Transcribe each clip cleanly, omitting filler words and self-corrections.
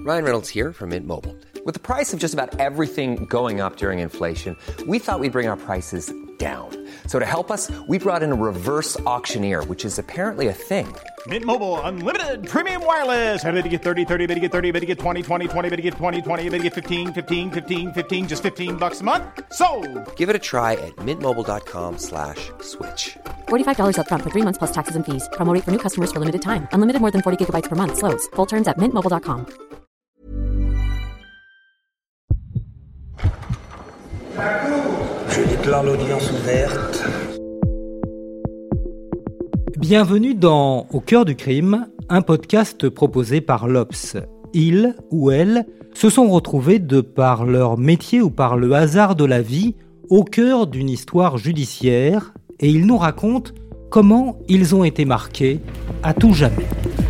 Ryan Reynolds here from Mint Mobile. With the price of just about everything going up during inflation, we thought we'd bring our prices down. So to help us, we brought in a reverse auctioneer, which is apparently a thing. Mint Mobile Unlimited Premium Wireless. How to get 30, 30, bit to get 30, bit to get 20, 20, 20, bit to get 20, 20, bit to get 15, 15, 15, 15, just $15 a month? Sold! Give it a try at mintmobile.com/switch. $45 up front for 3 months plus taxes and fees. Promo rate for new customers for limited time. Unlimited more than 40 gigabytes per month. Slows full terms at mintmobile.com. Je déclare l'audience ouverte. Bienvenue dans Au cœur du crime, un podcast proposé par l'Obs. Ils ou elles se sont retrouvés de par leur métier ou par le hasard de la vie au cœur d'une histoire judiciaire et ils nous racontent comment ils ont été marqués à tout jamais.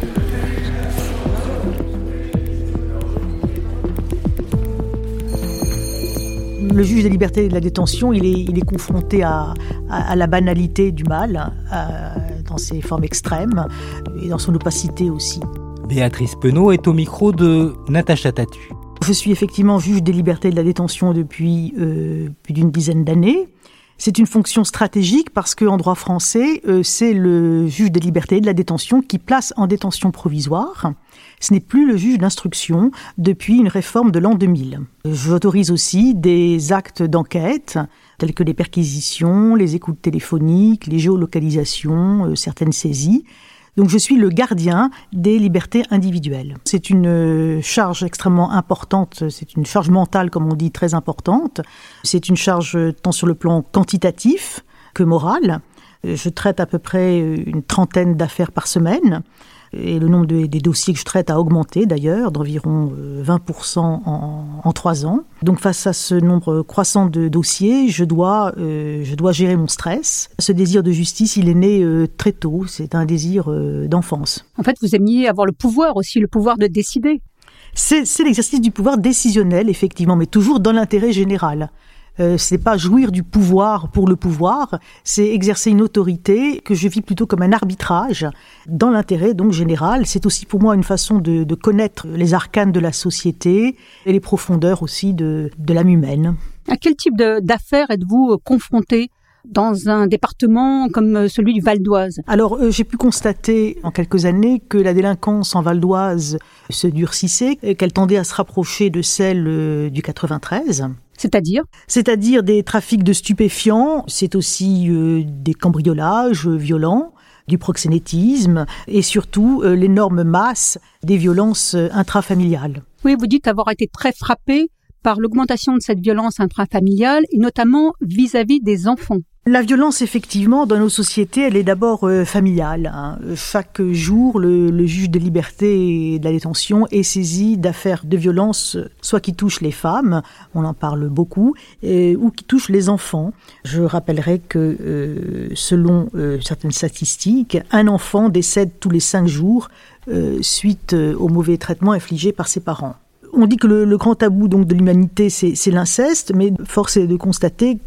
Le juge des libertés et de la détention, il est confronté à la banalité du mal, dans ses formes extrêmes et dans son opacité aussi. Béatrice Penaud est au micro de Natacha Tatu. Je suis effectivement juge des libertés et de la détention depuis plus d'une dizaine d'années. C'est une fonction stratégique parce qu'en droit français, c'est le juge des libertés et de la détention qui place en détention provisoire. Ce n'est plus le juge d'instruction depuis une réforme de l'an 2000. J'autorise aussi des actes d'enquête, tels que les perquisitions, les écoutes téléphoniques, les géolocalisations, certaines saisies. Donc je suis le gardien des libertés individuelles. C'est une charge extrêmement importante, c'est une charge mentale, comme on dit, très importante. C'est une charge tant sur le plan quantitatif que moral. Je traite à peu près une trentaine d'affaires par semaine. Et le nombre des dossiers que je traite a augmenté d'ailleurs, d'environ 20% en 3 ans. Donc face à ce nombre croissant de dossiers, je dois gérer mon stress. Ce désir de justice, il est né très tôt, c'est un désir d'enfance. En fait, vous aimiez avoir le pouvoir aussi, le pouvoir de décider. C'est l'exercice du pouvoir décisionnel, effectivement, mais toujours dans l'intérêt général. C'est pas jouir du pouvoir pour le pouvoir, c'est exercer une autorité que je vis plutôt comme un arbitrage dans l'intérêt donc général. C'est aussi pour moi une façon de connaître les arcanes de la société et les profondeurs aussi de l'âme humaine. À quel type d'affaires êtes-vous confronté dans un département comme celui du Val d'Oise? Alors, j'ai pu constater en quelques années que la délinquance en Val d'Oise se durcissait, qu'elle tendait à se rapprocher de celle du 93. C'est-à-dire des trafics de stupéfiants, c'est aussi des cambriolages violents, du proxénétisme et surtout l'énorme masse des violences intrafamiliales. Oui, vous dites avoir été très frappé par l'augmentation de cette violence intrafamiliale et notamment vis-à-vis des enfants. La violence, effectivement, dans nos sociétés, elle est d'abord familiale. Chaque jour, le juge des libertés et de la détention est saisi d'affaires de violence, soit qui touchent les femmes, on en parle beaucoup, ou qui touchent les enfants. Je rappellerai que, selon certaines statistiques, un enfant décède tous les 5 jours suite au mauvais traitement infligé par ses parents. On dit que le grand tabou donc de l'humanité, c'est l'inceste, mais force est de constater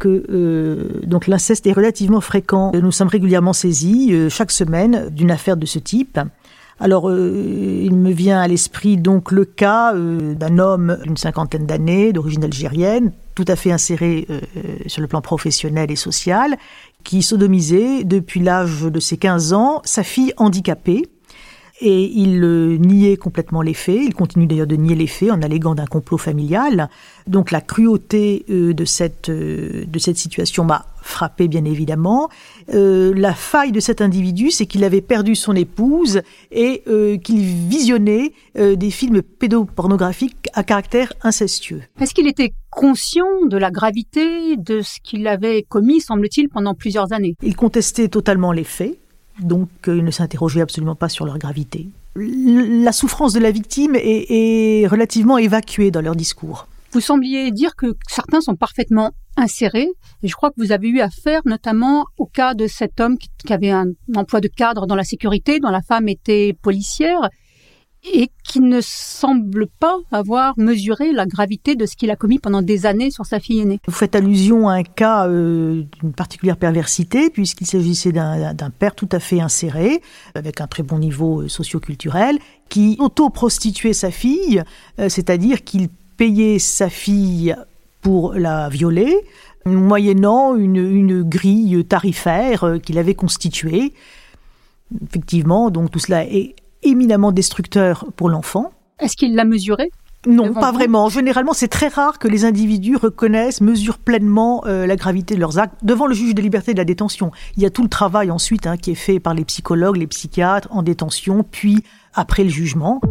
que donc l'inceste est relativement fréquent. Nous sommes régulièrement saisis chaque semaine d'une affaire de ce type. Alors, il me vient à l'esprit donc le cas d'un homme d'une 50aine d'années, d'origine algérienne, tout à fait inséré sur le plan professionnel et social, qui sodomisait depuis l'âge de ses 15 ans sa fille handicapée. Et il niait complètement les faits, il continue d'ailleurs de nier les faits en alléguant d'un complot familial. Donc la cruauté de cette situation m'a frappé bien évidemment. La faille de cet individu, c'est qu'il avait perdu son épouse et qu'il visionnait des films pédopornographiques à caractère incestueux. Est-ce qu'il était conscient de la gravité de ce qu'il avait commis, semble-t-il, pendant plusieurs années? Il contestait totalement les faits. Donc, ils ne s'interrogeaient absolument pas sur leur gravité. La souffrance de la victime est relativement évacuée dans leur discours. Vous sembliez dire que certains sont parfaitement insérés. Et je crois que vous avez eu affaire notamment au cas de cet homme qui avait un emploi de cadre dans la sécurité, dont la femme était policière. et qui ne semble pas avoir mesuré la gravité de ce qu'il a commis pendant des années sur sa fille aînée. Vous faites allusion à un cas d'une particulière perversité, puisqu'il s'agissait d'un père tout à fait inséré, avec un très bon niveau socio-culturel, qui auto-prostituait sa fille, c'est-à-dire qu'il payait sa fille pour la violer, moyennant une grille tarifaire qu'il avait constituée. Effectivement, donc tout cela est éminemment destructeur pour l'enfant. Est-ce qu'il l'a mesuré ? Non, pas vraiment. Généralement, c'est très rare que les individus mesurent pleinement la gravité de leurs actes devant le juge des libertés et de la détention. Il y a tout le travail ensuite qui est fait par les psychologues, les psychiatres en détention, puis après le jugement.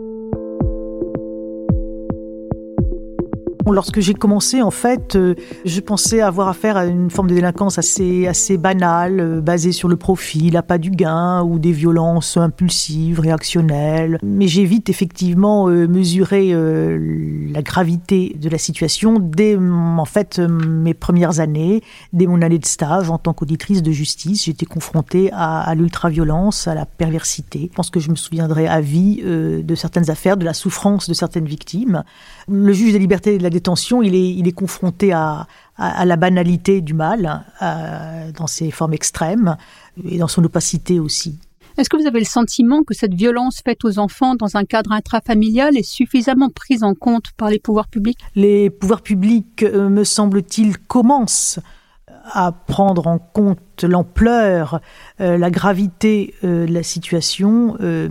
Lorsque j'ai commencé, en fait, je pensais avoir affaire à une forme de délinquance assez banale, basée sur le profit, l'appât du gain ou des violences impulsives, réactionnelles. Mais j'ai vite, effectivement, mesuré la gravité de la situation dès, en fait, mes premières années, dès mon année de stage en tant qu'auditrice de justice. J'étais confrontée à l'ultraviolence, à la perversité. Je pense que je me souviendrai à vie de certaines affaires, de la souffrance de certaines victimes. Le juge des libertés et de la détention, il est confronté à la banalité du mal, dans ses formes extrêmes et dans son opacité aussi. Est-ce que vous avez le sentiment que cette violence faite aux enfants dans un cadre intrafamilial est suffisamment prise en compte par les pouvoirs publics ? Les pouvoirs publics, me semble-t-il, commencent à prendre en compte l'ampleur, la gravité de la situation,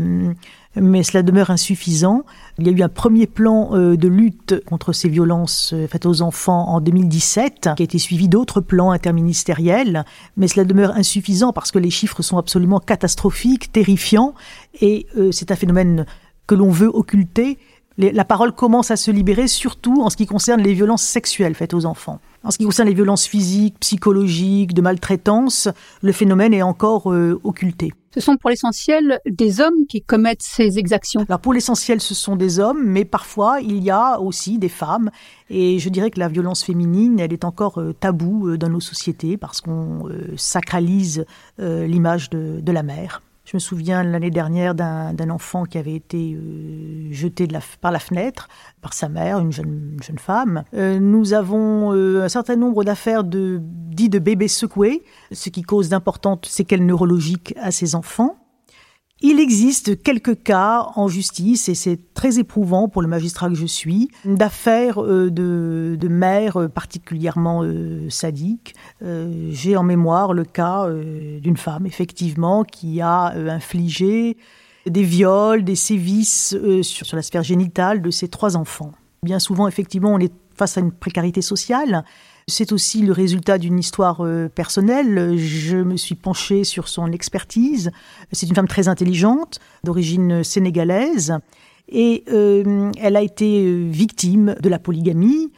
mais cela demeure insuffisant. Il y a eu un premier plan de lutte contre ces violences faites aux enfants en 2017, qui a été suivi d'autres plans interministériels, mais cela demeure insuffisant parce que les chiffres sont absolument catastrophiques, terrifiants, et c'est un phénomène que l'on veut occulter. La parole commence à se libérer, surtout en ce qui concerne les violences sexuelles faites aux enfants. En ce qui concerne les violences physiques, psychologiques, de maltraitance, le phénomène est encore occulté. Ce sont pour l'essentiel des hommes qui commettent ces exactions. Alors pour l'essentiel, ce sont des hommes, mais parfois il y a aussi des femmes. Et je dirais que la violence féminine, elle est encore taboue dans nos sociétés parce qu'on sacralise l'image de la mère. Je me souviens l'année dernière d'un enfant qui avait été jeté par la fenêtre par sa mère, une jeune femme. Nous avons un certain nombre d'affaires dites de bébés secoués, ce qui cause d'importantes séquelles neurologiques à ces enfants. Il existe quelques cas en justice, et c'est très éprouvant pour le magistrat que je suis, d'affaires de mères particulièrement sadiques. J'ai en mémoire le cas d'une femme, effectivement, qui a infligé des viols, des sévices sur la sphère génitale de ses 3 enfants. Bien souvent, effectivement, on est face à une précarité sociale. C'est aussi le résultat d'une histoire personnelle. Je me suis penchée sur son expertise. C'est une femme très intelligente, d'origine sénégalaise, et elle a été victime de la polygamie.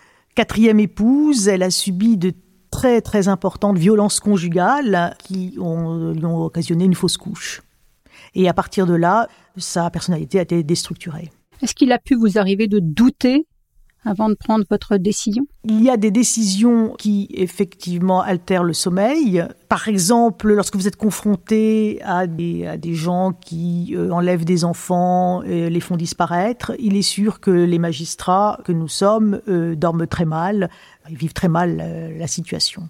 4e épouse, elle a subi de très très importantes violences conjugales qui lui ont occasionné une fausse couche. Et à partir de là, sa personnalité a été déstructurée. Est-ce qu'il a pu vous arriver de douter avant de prendre votre décision ? Il y a des décisions qui, effectivement, altèrent le sommeil. Par exemple, lorsque vous êtes confronté à des gens qui enlèvent des enfants et les font disparaître, il est sûr que les magistrats que nous sommes dorment très mal, ils vivent très mal la situation.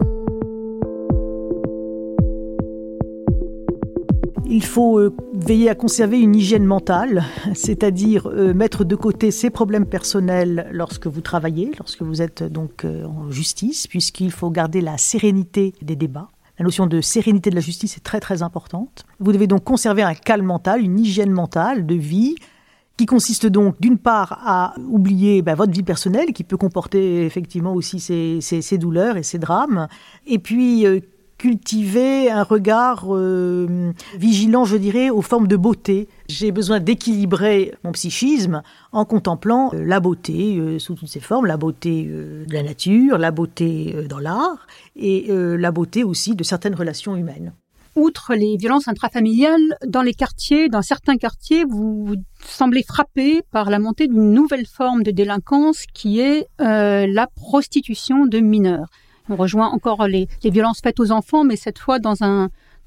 Il faut veiller à conserver une hygiène mentale, c'est-à-dire mettre de côté ses problèmes personnels lorsque vous travaillez, lorsque vous êtes donc en justice, puisqu'il faut garder la sérénité des débats. La notion de sérénité de la justice est très très importante. Vous devez donc conserver un calme mental, une hygiène mentale de vie, qui consiste donc d'une part à oublier votre vie personnelle, qui peut comporter effectivement aussi ses douleurs et ses drames, et puis cultiver un regard vigilant, je dirais, aux formes de beauté. J'ai besoin d'équilibrer mon psychisme en contemplant la beauté sous toutes ses formes, la beauté de la nature, la beauté dans l'art et la beauté aussi de certaines relations humaines. Outre les violences intrafamiliales, dans certains quartiers, vous semblez frappé par la montée d'une nouvelle forme de délinquance qui est la prostitution de mineurs. On rejoint encore les violences faites aux enfants, mais cette fois dans un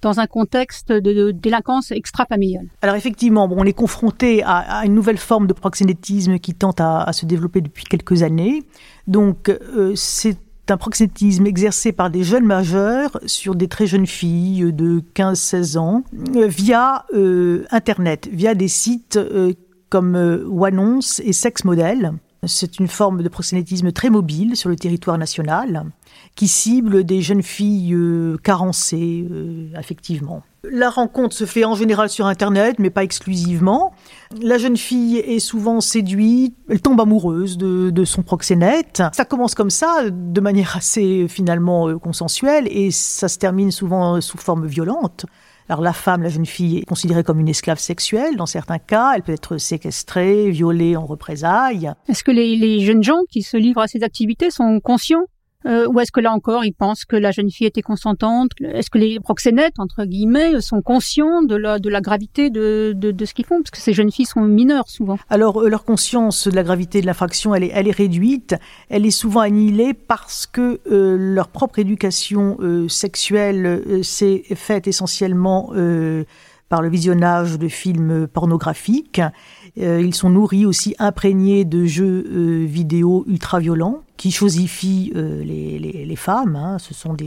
dans un contexte de délinquance extra-familiale. Alors effectivement, on est confronté à une nouvelle forme de proxénétisme qui tente à se développer depuis quelques années. Donc c'est un proxénétisme exercé par des jeunes majeurs sur des très jeunes filles de 15-16 ans via Internet, via des sites comme Oannonce et Sex Model. C'est une forme de proxénétisme très mobile sur le territoire national qui cible des jeunes filles carencées affectivement. La rencontre se fait en général sur Internet, mais pas exclusivement. La jeune fille est souvent séduite, elle tombe amoureuse de son proxénète. Ça commence comme ça, de manière assez finalement consensuelle, et ça se termine souvent sous forme violente. Alors la femme, la jeune fille, est considérée comme une esclave sexuelle. Dans certains cas, elle peut être séquestrée, violée en représailles. Est-ce que les jeunes gens qui se livrent à ces activités sont conscients ou est-ce que là encore, ils pensent que la jeune fille était consentante? Est-ce que les proxénètes, entre guillemets, sont conscients de la gravité de ce qu'ils font? Parce que ces jeunes filles sont mineures, souvent. Alors, leur conscience de la gravité de l'infraction, elle est réduite. Elle est souvent annihilée parce que leur propre éducation sexuelle s'est faite essentiellement par le visionnage de films pornographiques. Ils sont nourris aussi, imprégnés de jeux vidéo ultra-violents qui chosifient les femmes. Hein.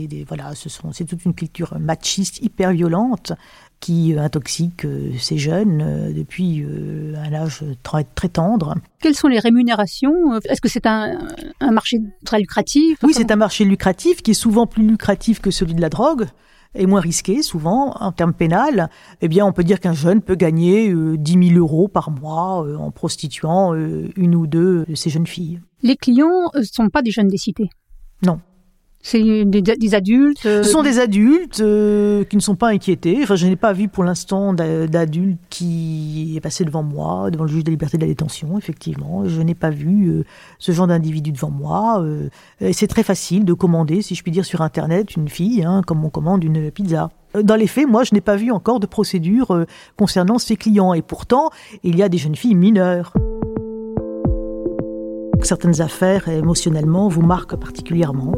C'est toute une culture machiste hyper violente qui intoxique ces jeunes depuis un âge très, très tendre. Quelles sont les rémunérations? Est-ce que c'est un marché très lucratif? Oui, c'est un marché lucratif qui est souvent plus lucratif que celui de la drogue. Et moins risqué, souvent, en termes pénals. Eh bien, on peut dire qu'un jeune peut gagner 10 000 euros par mois en prostituant une ou deux de ces jeunes filles. Les clients ne sont pas des jeunes des cités? Non. C'est des adultes Ce sont des adultes qui ne sont pas inquiétés. Enfin, je n'ai pas vu pour l'instant d'adulte qui est passé devant moi, devant le juge des libertés de la détention, effectivement. Je n'ai pas vu ce genre d'individu devant moi. Et c'est très facile de commander, si je puis dire, sur Internet, une fille, comme on commande une pizza. Dans les faits, moi, je n'ai pas vu encore de procédure concernant ces clients. Et pourtant, il y a des jeunes filles mineures. Certaines affaires, émotionnellement, vous marquent particulièrement.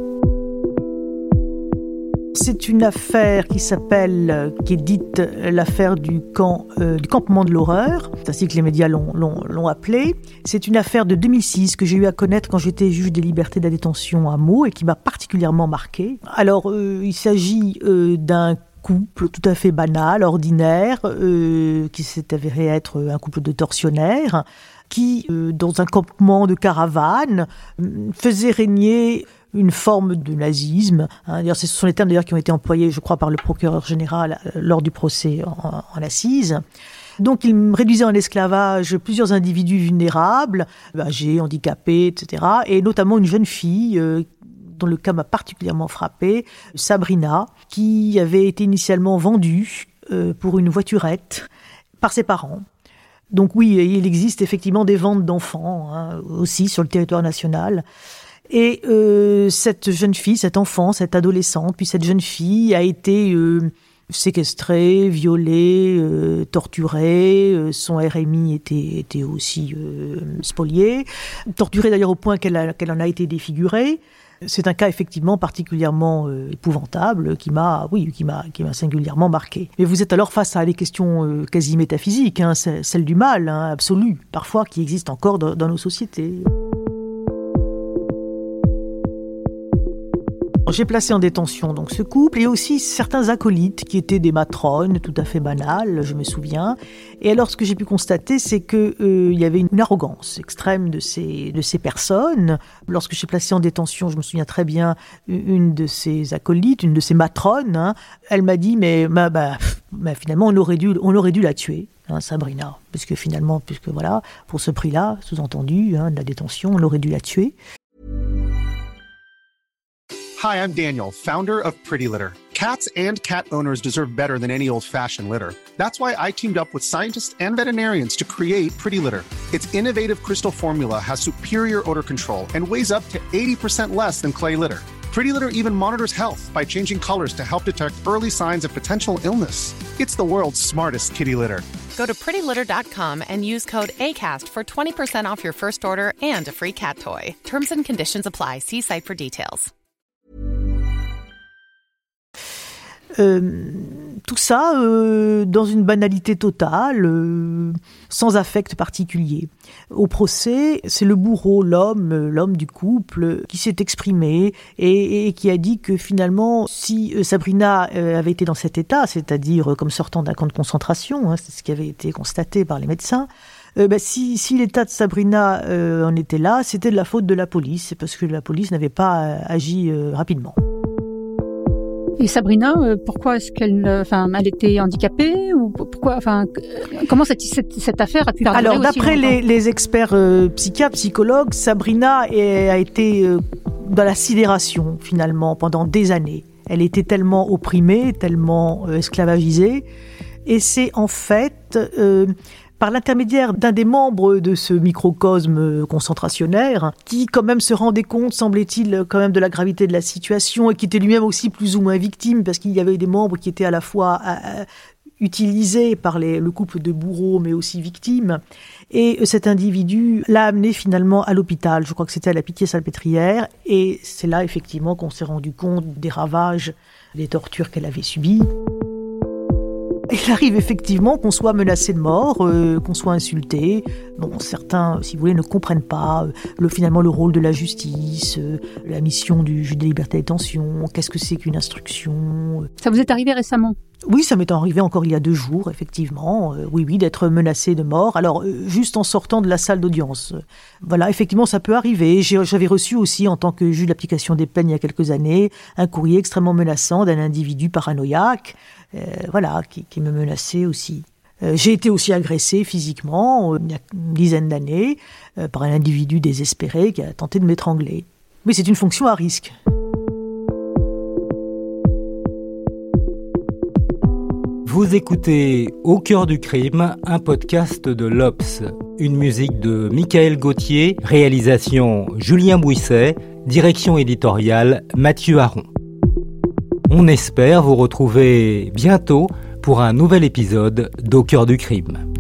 C'est une affaire qui est dite l'affaire du campement de l'horreur. C'est ainsi que les médias l'ont appelée. C'est une affaire de 2006 que j'ai eu à connaître quand j'étais juge des libertés de la détention à Meaux et qui m'a particulièrement marquée. Alors, il s'agit d'un couple tout à fait banal, ordinaire, qui s'est avéré être un couple de tortionnaires, qui, dans un campement de caravane, faisait régner une forme de nazisme. D'ailleurs, ce sont les termes d'ailleurs qui ont été employés, je crois, par le procureur général lors du procès en assises. Donc, il réduisait en esclavage plusieurs individus vulnérables, âgés, handicapés, etc., et notamment une jeune fille dont le cas m'a particulièrement frappée, Sabrina, qui avait été initialement vendue pour une voiturette par ses parents. Donc oui, il existe effectivement des ventes d'enfants aussi sur le territoire national. Et cette jeune fille, cet enfant, cette adolescente, puis cette jeune fille a été séquestrée, violée, torturée. Son RMI était aussi spolié. Torturée d'ailleurs au point qu'elle en a été défigurée. C'est un cas effectivement particulièrement épouvantable qui m'a singulièrement marqué. Mais vous êtes alors face à des questions quasi métaphysiques, celle du mal absolu, parfois qui existe encore dans nos sociétés. J'ai placé en détention donc ce couple et aussi certains acolytes qui étaient des matrones tout à fait banales, je me souviens. Et alors ce que j'ai pu constater, c'est que il y avait une arrogance extrême de ces personnes. Lorsque j'ai placé en détention, je me souviens très bien, une de ces acolytes, une de ces matrones, elle m'a dit mais finalement on aurait dû la tuer. Sabrina, puisque voilà, pour ce prix-là, sous-entendu, de la détention, on aurait dû la tuer. Hi, I'm Daniel, founder of Pretty Litter. Cats and cat owners deserve better than any old-fashioned litter. That's why I teamed up with scientists and veterinarians to create Pretty Litter. Its innovative crystal formula has superior odor control and weighs up to 80% less than clay litter. Pretty Litter even monitors health by changing colors to help detect early signs of potential illness. It's the world's smartest kitty litter. Go to prettylitter.com and use code ACAST for 20% off your first order and a free cat toy. Terms and conditions apply. See site for details. Tout ça dans une banalité totale, sans affect particulier. Au procès, c'est le bourreau, l'homme du couple, qui s'est exprimé et qui a dit que finalement, si Sabrina avait été dans cet état, c'est-à-dire comme sortant d'un camp de concentration, c'est ce qui avait été constaté par les médecins, si l'état de Sabrina en était là, c'était de la faute de la police, parce que la police n'avait pas agi rapidement. Et Sabrina, pourquoi est-ce qu'elle, elle était handicapée ou pourquoi, comment cette affaire a pu perdurer? Alors, d'après les experts psychiatres, psychologues, Sabrina a été dans la sidération finalement pendant des années. Elle était tellement opprimée, tellement esclavagisée, et c'est en fait par l'intermédiaire d'un des membres de ce microcosme concentrationnaire, qui quand même se rendait compte, semblait-il, quand même de la gravité de la situation, et qui était lui-même aussi plus ou moins victime, parce qu'il y avait des membres qui étaient à la fois utilisés par le couple de bourreaux, mais aussi victimes. Et cet individu l'a amené finalement à l'hôpital. Je crois que c'était à la Pitié-Salpêtrière, et c'est là effectivement qu'on s'est rendu compte des ravages, des tortures qu'elle avait subies. Il arrive effectivement qu'on soit menacé de mort, qu'on soit insulté. Bon, certains, si vous voulez, ne comprennent pas finalement le rôle de la justice, la mission du juge des libertés et de détention, qu'est-ce que c'est qu'une instruction. Ça vous est arrivé récemment ? Oui, ça m'est arrivé encore il y a 2 jours, effectivement. Oui, d'être menacé de mort. Alors, juste en sortant de la salle d'audience. Voilà, effectivement, ça peut arriver. J'avais reçu aussi, en tant que juge d'application des peines il y a quelques années, un courrier extrêmement menaçant d'un individu paranoïaque, qui me menaçait aussi. J'ai été aussi agressé physiquement, il y a une dizaine d'années, par un individu désespéré qui a tenté de m'étrangler. Mais c'est une fonction à risque. Vous écoutez Au cœur du crime, un podcast de l'Obs. Une musique de Michael Gauthier, réalisation Julien Bouisset, direction éditoriale Mathieu Aron. On espère vous retrouver bientôt pour un nouvel épisode d'Au cœur du crime.